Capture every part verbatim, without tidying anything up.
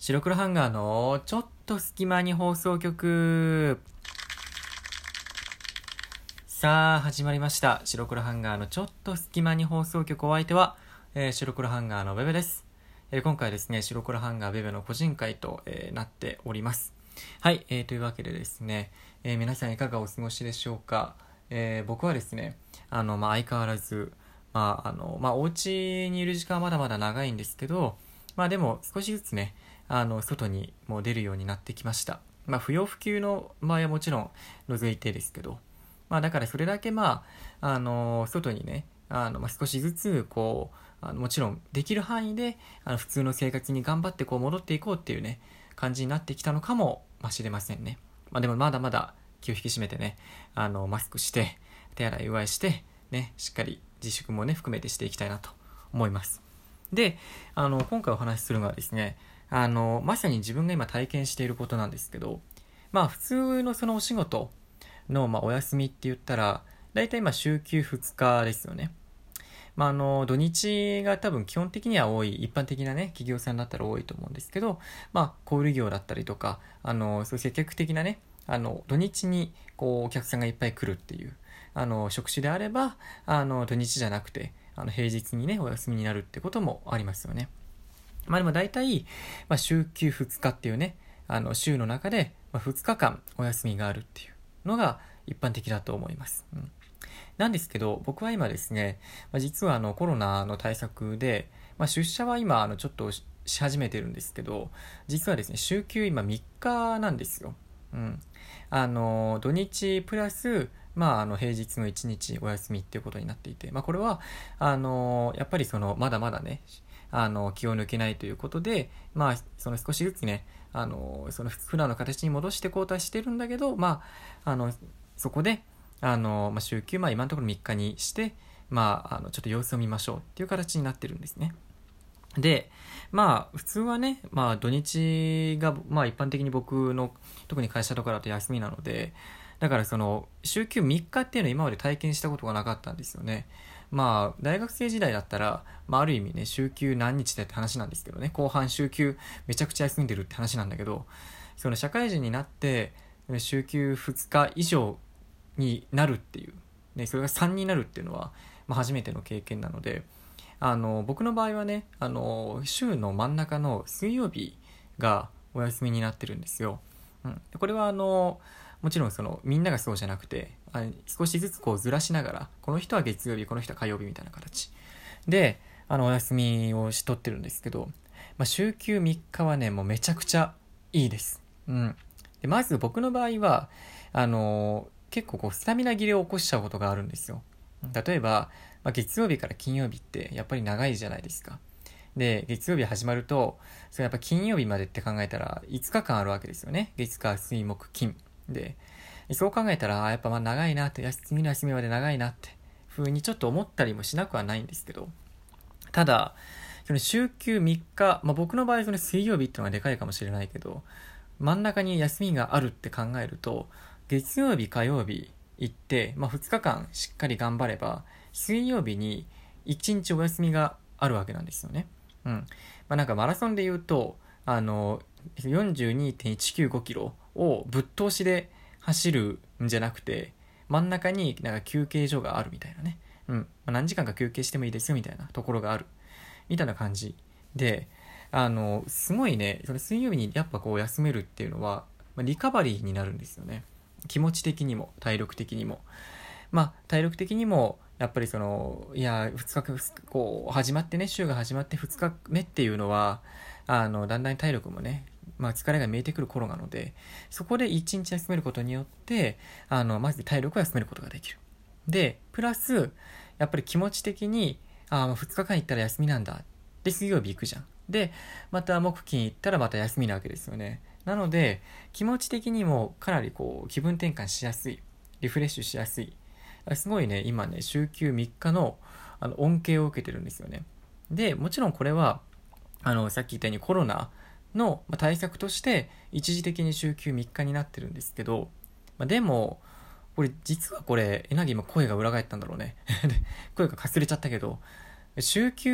白黒ハンガーのちょっと隙間に放送局。さあ始まりました。白黒ハンガーのちょっと隙間に放送局。お相手は、えー、白黒ハンガーのベベです。えー、今回ですね、白黒ハンガーベベの個人会と、えー、なっております。はい、えー、というわけでですね、えー、皆さんいかがお過ごしでしょうか。えー、僕はですね、あのまあ、相変わらず、まああのまあ、お家にいる時間はまだまだ長いんですけど、まあでも少しずつね、あの外にも出るようになってきました。まあ不要不急の場合はもちろん除いてですけど、まあだからそれだけまああの外にね、あのまあ少しずつこうあのもちろんできる範囲であの普通の生活に頑張ってこう戻っていこうっていうね感じになってきたのかもまあしれませんね。まあでもまだまだ気を引き締めてね、あのマスクして手洗いうがいしてね、しっかり自粛もね含めてしていきたいなと思います。で、あの今回お話しするのはですね、あのまさに自分が今体験していることなんですけど、まあ普通のそのお仕事の、まあ、お休みって言ったらだいたい今週休ふつかですよね。まあ、あの土日が多分基本的には多い、一般的なね企業さんだったら多いと思うんですけど、まあ、小売業だったりとか、あのそういう積極的なね、あの土日にこうお客さんがいっぱい来るっていうあの職種であれば、あの土日じゃなくてあの平日にねお休みになるってこともありますよね。まあでも大体、まあ、週休ふつかっていうね、あの週の中でふつかかんお休みがあるっていうのが一般的だと思います。うん、なんですけど、僕は今ですね、まあ、実はあのコロナの対策で、まあ、出社は今あのちょっとし始めてるんですけど、実はですね、週休今みっかなんですよ。うん。あの、土日プラス、まあ、あの平日のいちにちお休みっていうことになっていて、まあ、これは、あの、やっぱりその、まだまだね、あの、気を抜けないということで、まあ、その少しずつね、あの、その普段の形に戻して交代してるんだけど、まあ、あの、そこで、あの、まあ、週休、まあ、今のところみっかにして、まあ、あの、ちょっと様子を見ましょうっていう形になってるんですね。で、まあ、普通はね、まあ、土日が、まあ、一般的に僕の、特に会社とかだと休みなので、だからその、週休みっかっていうのを今まで体験したことがなかったんですよね。まあ、大学生時代だったら、まあ、ある意味ね、週休何日でって話なんですけどね、後半週休めちゃくちゃ休んでるって話なんだけど、その社会人になって、週休ふつか以上になるっていう、ね、それがさんになるっていうのは、まあ、初めての経験なので、あの僕の場合はね、あの週の真ん中の水曜日がお休みになってるんですよ。うん、これはあのもちろんそのみんながそうじゃなくて、あ少しずつこうずらしながら、この人は月曜日、この人は火曜日みたいな形であのお休みをしとってるんですけど、まあ、週休みっかはねもうめちゃくちゃいいです。うん、でまず僕の場合はあの結構こうスタミナ切れを起こしちゃうことがあるんですよ。例えば、まあ、月曜日から金曜日ってやっぱり長いじゃないですか。で、月曜日始まると、それやっぱ金曜日までって考えたらいつかかんあるわけですよね。月火水木金。で、そう考えたら、やっぱまあ長いなって、次の休みまで長いなって、風にちょっと思ったりもしなくはないんですけど、ただ、その週休みっか、まあ、僕の場合その水曜日ってのがでかいかもしれないけど、真ん中に休みがあるって考えると、月曜日、火曜日行って、まあ、ふつかかんしっかり頑張れば、水曜日にいちにちお休みがあるわけなんですよね。うん。まあ、なんかマラソンで言うと、あの、よんじゅうにてんいちきゅうごキロをぶっ通しで走るんじゃなくて、真ん中になんか休憩所があるみたいなね。うん。まあ、何時間か休憩してもいいですよみたいなところがある。みたいな感じで、あの、すごいね、その水曜日にやっぱこう休めるっていうのは、まあ、リカバリーになるんですよね。気持ち的にも、体力的にも。まあ、体力的にも、やっぱりその、いや、ふつか、こう、始まってね、週が始まってふつかめっていうのは、あの、だんだん体力もね、まあ、疲れが見えてくる頃なので、そこでいちにち休めることによって、あの、まず体力を休めることができる。で、プラス、やっぱり気持ち的に、ああ、ふつかかん行ったら休みなんだ。で、水曜日行くじゃん。で、また木金行ったらまた休みなわけですよね。なので、気持ち的にもかなりこう、気分転換しやすい。リフレッシュしやすい。すごいね、今ね、週休みっかの、あの恩恵を受けてるんですよね。で、もちろんこれは、あの、さっき言ったようにコロナの対策として、一時的に週休みっかになってるんですけど、まあ、でも、これ実はこれ、えなぎ今声が裏返ったんだろうね。声がかすれちゃったけど、週休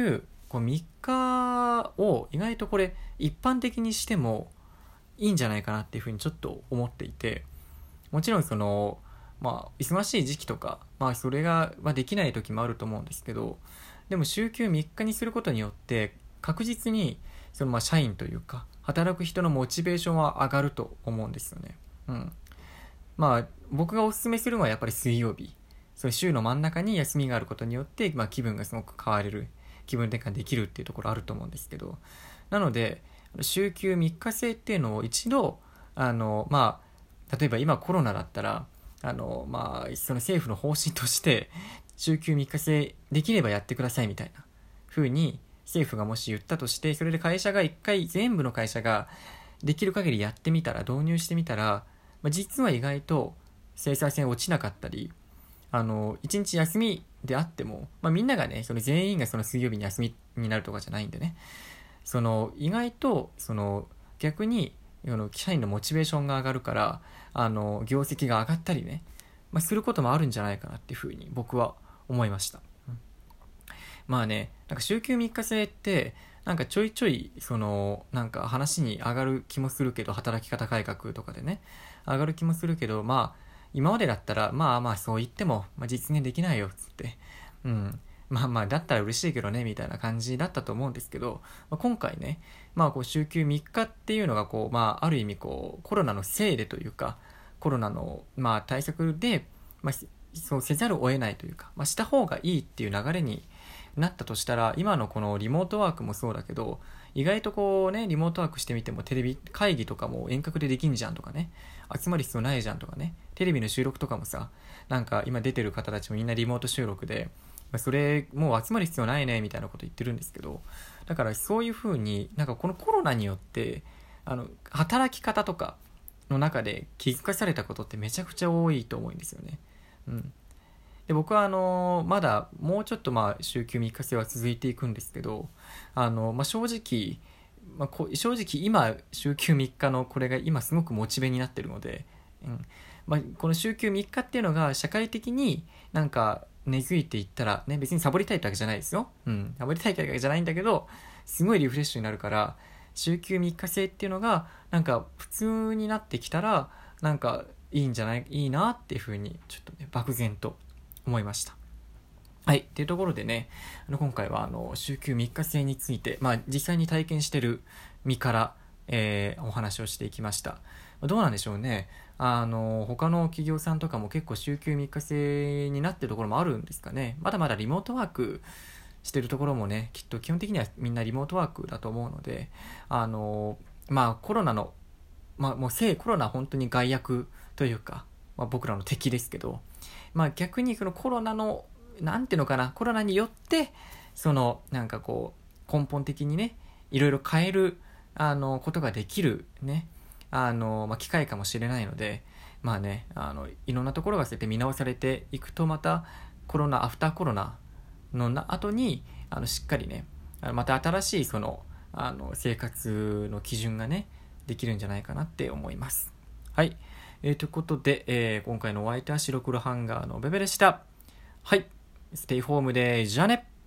こうみっかを意外とこれ一般的にしてもいいんじゃないかなっていうふうにちょっと思っていて、もちろんそのまあ忙しい時期とか、まあそれが、まあ、できない時もあると思うんですけど、でも週休みっかにすることによって確実にそのまあ社員というか働く人のモチベーションは上がると思うんですよね。うん。まあ僕がおすすめするのはやっぱり水曜日、その週の真ん中に休みがあることによって、まあ、気分がすごく変われる、気分転換できるっていうところあると思うんですけど、なので週休みっか制っていうのを一度あのまあ例えば今コロナだったらあのまあその政府の方針として週休みっか制できればやってくださいみたいな風に政府がもし言ったとして、それで会社が一回全部の会社ができる限りやってみたら、導入してみたら、まあ、実は意外と生産性落ちなかったり、あの一日休みであっても、まあ、みんながねその全員がその水曜日に休みになるとかじゃないんでね、その意外とその逆にあの社員のモチベーションが上がるから、あの業績が上がったりね、まあ、することもあるんじゃないかなっていうふうに僕は思いました。うん、まあね、なんか週休みっか制ってなんかちょいちょいそのなんか話に上がる気もするけど、働き方改革とかでね上がる気もするけど、まあ今までだったらまあまあそう言っても、まあ、実現できないよっつって、うん、まあまあだったら嬉しいけどねみたいな感じだったと思うんですけど、まあ、今回ね、まあこう週休みっかっていうのがこう、まあある意味こうコロナのせいでというか、コロナのまあ対策で、まあ、そうせざるを得ないというか、まあ、した方がいいっていう流れになったとしたら、今のこのリモートワークもそうだけど、意外とこうねリモートワークしてみてもテレビ会議とかも遠隔でできんじゃんとかね、集まる必要ないじゃんとかね、テレビの収録とかもさ、なんか今出てる方たちもみんなリモート収録で、それもう集まる必要ないねみたいなこと言ってるんですけど、だからそういう風になんかこのコロナによってあの働き方とかの中で気づかされたことってめちゃくちゃ多いと思うんですよね。うん。で僕はあのまだもうちょっとまあ週休みっか制は続いていくんですけど、あの、まあ、正直、まあ、こ正直今週休みっかのこれが今すごくモチベになってるので、うんまあ、この週休みっかっていうのが社会的になんか根付いていったらね、別にサボりたいってわけじゃないですよ、うん、サボりたいってわけじゃないんだけど、すごいリフレッシュになるから、週休みっか制っていうのがなんか普通になってきたらなんかいいんじゃないいいなっていうふうにちょっとね漠然と思いました。はい。っていうところでね、あの今回はあの週休みっか制について、まあ実際に体験してる身から、えーお話をしていきました。どうなんでしょうね。あの、他の企業さんとかも結構週休みっか制になってるところもあるんですかね。まだまだリモートワークしてるところもね、きっと基本的にはみんなリモートワークだと思うので、あの、まあコロナの、まあもう聖コロナ本当に害悪というか、まあ、僕らの敵ですけど、まあ逆にそのコロナのなんていうのかな、コロナによってそのなんかこう根本的にねいろいろ変えるあのことができるね、あの、まあ、機会かもしれないので、まあね、あのいろんなところがそうやって見直されていくと、またコロナアフターコロナのな後にあのしっかりね、また新しいそのあの生活の基準がねできるんじゃないかなって思います。はい、えー、ということで、えー今回のお相手は白黒ハンガーのベベでした。はい、ステイホームでじゃあね。